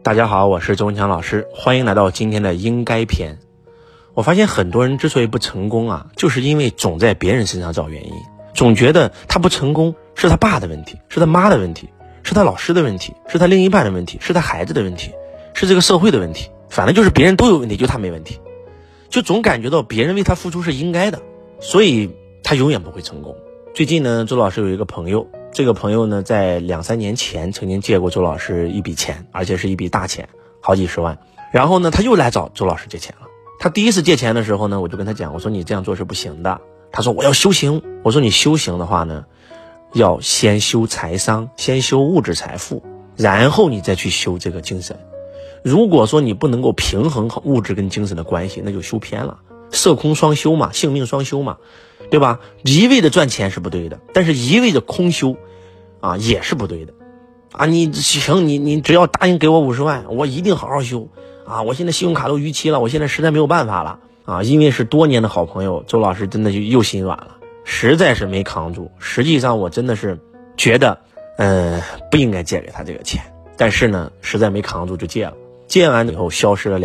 大家好，我是周文强老师，欢迎来到今天的应该篇。我发现很多人之所以不成功啊，就是因为总在别人身上找原因，总觉得他不成功是他爸的问题，是他妈的问题，是他老师的问题，是他另一半的问题，是他孩子的问题，是这个社会的问题，反正就是别人都有问题，就他没问题，就总感觉到别人为他付出是应该的，所以他永远不会成功。最近呢，周老师有一个朋友，这个朋友呢在2-3年前曾经借过周老师一笔钱，而且是一笔大钱，好几十万。然后呢他又来找周老师借钱了。他第一次借钱的时候呢，我就跟他讲，我说你这样做是不行的。他说我要修行。我说你修行的话呢，要先修财商，先修物质财富，然后你再去修这个精神。如果说你不能够平衡好物质跟精神的关系，那就修偏了。色空双修嘛，性命双修嘛，对吧？一味的赚钱是不对的，但是一味的空修啊也是不对的啊。你行，你只要答应给我50万，我一定好好修啊。我现在信用卡都逾期了，我现在实在没有办法了啊。因为是多年的好朋友，周老师真的就又心软了，实在是没扛住。实际上我真的是觉得不应该借给他这个钱，但是呢实在没扛住就借了。借完以后消失了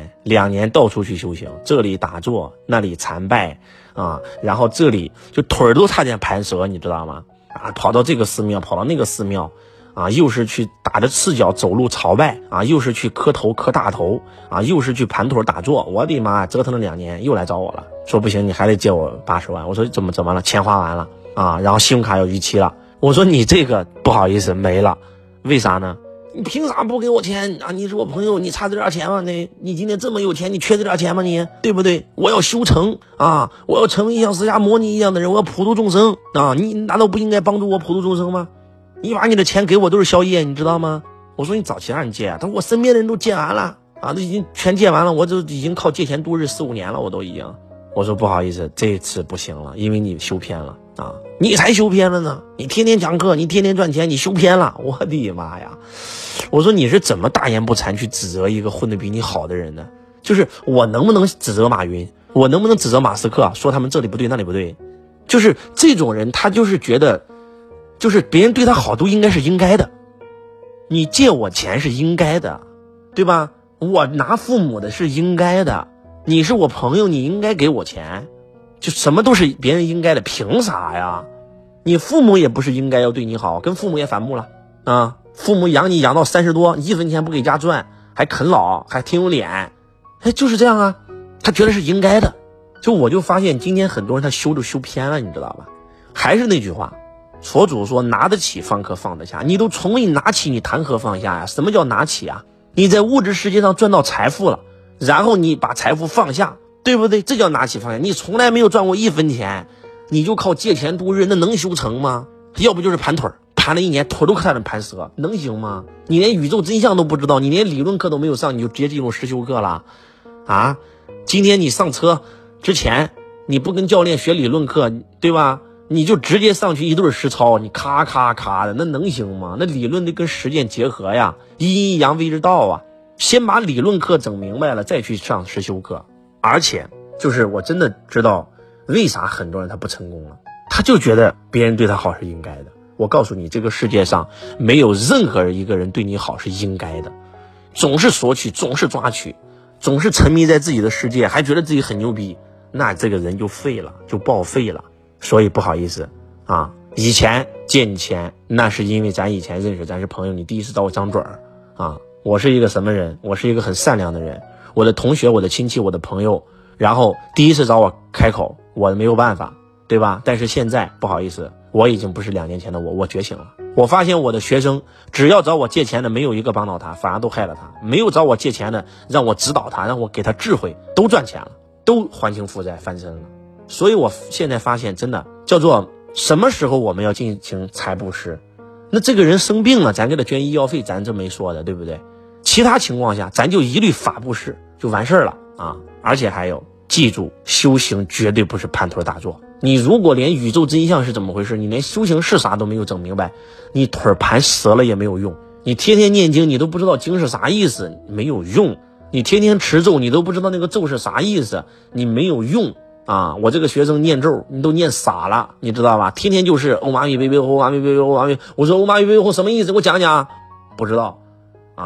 2年到处去修行，这里打坐那里参拜啊，然后这里就腿儿都差点盘折，你知道吗？啊，跑到这个寺庙，跑到那个寺庙啊，又是去打着赤脚走路朝拜啊，又是去磕头磕大头啊，又是去盘腿打坐。我的妈，折腾了2年，又来找我了，说不行，你还得借我80万。我说怎么了？钱花完了啊，然后信用卡要逾期了。我说你这个不好意思没了，为啥呢？你凭啥不给我钱啊？你是我朋友，你差这点钱吗？你今天这么有钱，你缺这点钱吗？你对不对？我要修成啊，我要成为像释迦牟尼一样的人，我要普度众生啊！你难道不应该帮助我普度众生吗？你把你的钱给我都是宵夜，你知道吗？我说你找其他人借啊，他说我身边的人都借完了啊，都已经全借完了，我就已经靠借钱度日4-5年了，我都已经。我说不好意思，这次不行了，因为你修偏了啊！你才修偏了呢！你天天讲课，你天天赚钱，你修偏了！我的妈呀！我说你是怎么大言不惭去指责一个混得比你好的人呢？就是我能不能指责马云？我能不能指责马斯克？说他们这里不对那里不对？就是这种人，他就是觉得，就是别人对他好都应该是应该的。你借我钱是应该的，对吧？我拿父母的是应该的。你是我朋友，你应该给我钱，就什么都是别人应该的，凭啥呀？你父母也不是应该要对你好，跟父母也反目了啊！父母养你养到30多，你1分钱不给家赚，还啃老，还挺有脸，就是这样啊！他觉得是应该的。我就发现今天很多人他修都修偏了，你知道吧？还是那句话，佛祖说拿得起放可放得下，你都从未拿起，你谈何放下呀？什么叫拿起啊？你在物质世界上赚到财富了，然后你把财富放下，对不对？这叫拿起放下。你从来没有赚过1分钱，你就靠借钱度日，那能修成吗？要不就是盘腿，盘了1年，腿都差点盘折，能行吗？你连宇宙真相都不知道，你连理论课都没有上，你就直接进入实修课了啊？今天你上车之前，你不跟教练学理论课，对吧？你就直接上去一顿实操，你咔咔咔的，那能行吗？那理论得跟实践结合呀，阴阴阳谓之道啊。先把理论课整明白了，再去上实修课。而且就是我真的知道为啥很多人他不成功了，他就觉得别人对他好是应该的。我告诉你，这个世界上没有任何一个人对你好是应该的，总是索取，总是抓取，总是沉迷在自己的世界，还觉得自己很牛逼，那这个人就废了，就报废了。所以不好意思啊，以前借你钱那是因为咱以前认识，咱是朋友，你第一次找我张嘴儿啊。我是一个什么人？我是一个很善良的人，我的同学，我的亲戚，我的朋友，然后第一次找我开口，我没有办法，对吧？但是现在不好意思，我已经不是2年前的我觉醒了。我发现我的学生只要找我借钱的，没有一个帮到他，反而都害了他；没有找我借钱的，让我指导他，让我给他智慧，都赚钱了，都还清负债翻身了。所以我现在发现，真的叫做什么时候我们要进行财布施？那这个人生病了，咱给他捐医药费，咱这没说的，对不对？其他情况下，咱就一律法布施就完事儿了啊！而且还有，记住，修行绝对不是盘腿打坐。你如果连宇宙真相是怎么回事，你连修行是啥都没有整明白，你腿盘折了也没有用。你天天念经，你都不知道经是啥意思，没有用。你天天持咒，你都不知道那个咒是啥意思，你没有用啊！我这个学生念咒，你都念傻了，你知道吧？天天就是欧玛咪贝贝欧玛咪贝贝欧玛咪，我说欧玛咪贝贝欧什么意思？给我讲讲。不知道啊，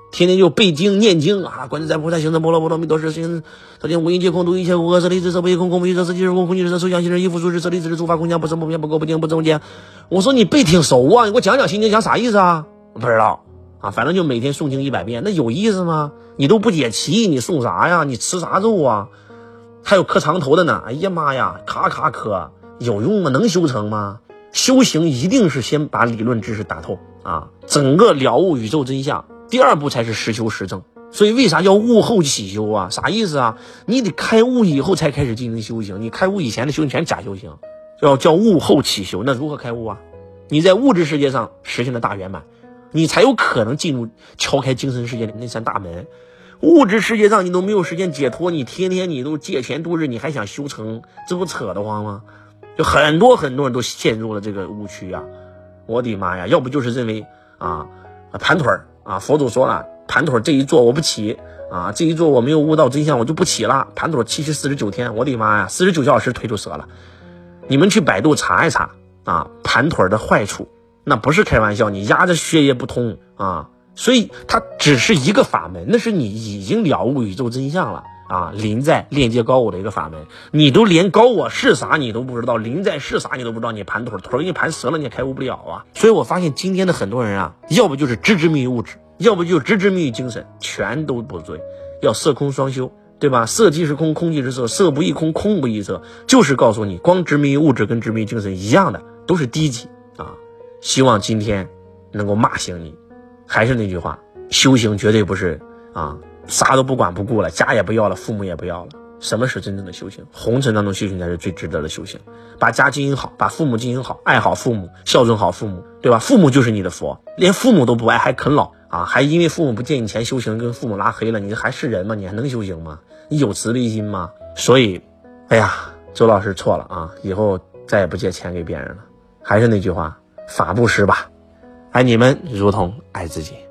天天就背经念经啊，观自在菩萨行深般若波罗蜜多时行，则见五阴皆空，度一切无我，舍利子，色不异空，空不异色，色即是空，空即是色，受想行识，亦复数是，舍利子，诸法空相，不生不灭，不垢不净，不增不减。我说你背挺熟啊，你给我讲讲心经讲啥意思啊？不知道啊，反正就每天诵经100遍，那有意思吗？你都不解气，你诵啥呀？你吃啥肉啊？还有磕长头的呢，哎呀妈呀，咔咔磕，有用吗？能修成吗？修行一定是先把理论知识打透啊，整个了悟宇宙真相，第二步才是实修实证。所以为啥叫悟后起修啊？啥意思啊？你得开悟以后才开始进行修行，你开悟以前的修行全是假修行，叫悟后起修。那如何开悟啊？你在物质世界上实现了大圆满，你才有可能进入敲开精神世界的那扇大门。物质世界上你都没有时间解脱，你天天你都借钱度日，你还想修成，这不扯得慌吗？就很多人都陷入了这个误区啊！我的妈呀，要不就是认为啊盘腿啊，佛祖说了，盘腿这一坐我不起啊，这一坐我没有悟到真相我就不起了，盘腿期49天，我的妈呀，49小时腿就折了。你们去百度查一查啊，盘腿的坏处，那不是开玩笑，你压着血液不通啊，所以它只是一个法门，那是你已经了悟宇宙真相了啊，临在链接高我的一个法门，你都连高我是啥你都不知道，临在是啥你都不知道，你盘腿给你盘折了，你也开悟不了啊。所以我发现今天的很多人啊，要不就是执迷于物质，要不就执迷于精神，全都不对，要色空双修，对吧？色即是空，空即是色，色不异空，空不异色，就是告诉你，光执迷于物质跟执迷于精神一样的，都是低级啊。希望今天能够骂醒你。还是那句话，修行绝对不是啊啥都不管不顾了，家也不要了，父母也不要了。什么是真正的修行？红尘当中修行才是最值得的修行。把家经营好，把父母经营好，爱好父母，孝顺好父母，对吧？父母就是你的佛，连父母都不爱还啃老啊，还因为父母不借你钱修行，跟父母拉黑了，你还是人吗？你还能修行吗？你有慈悲心吗？所以哎呀，周老师错了啊，以后再也不借钱给别人了。还是那句话，法布施吧，爱你们如同爱自己。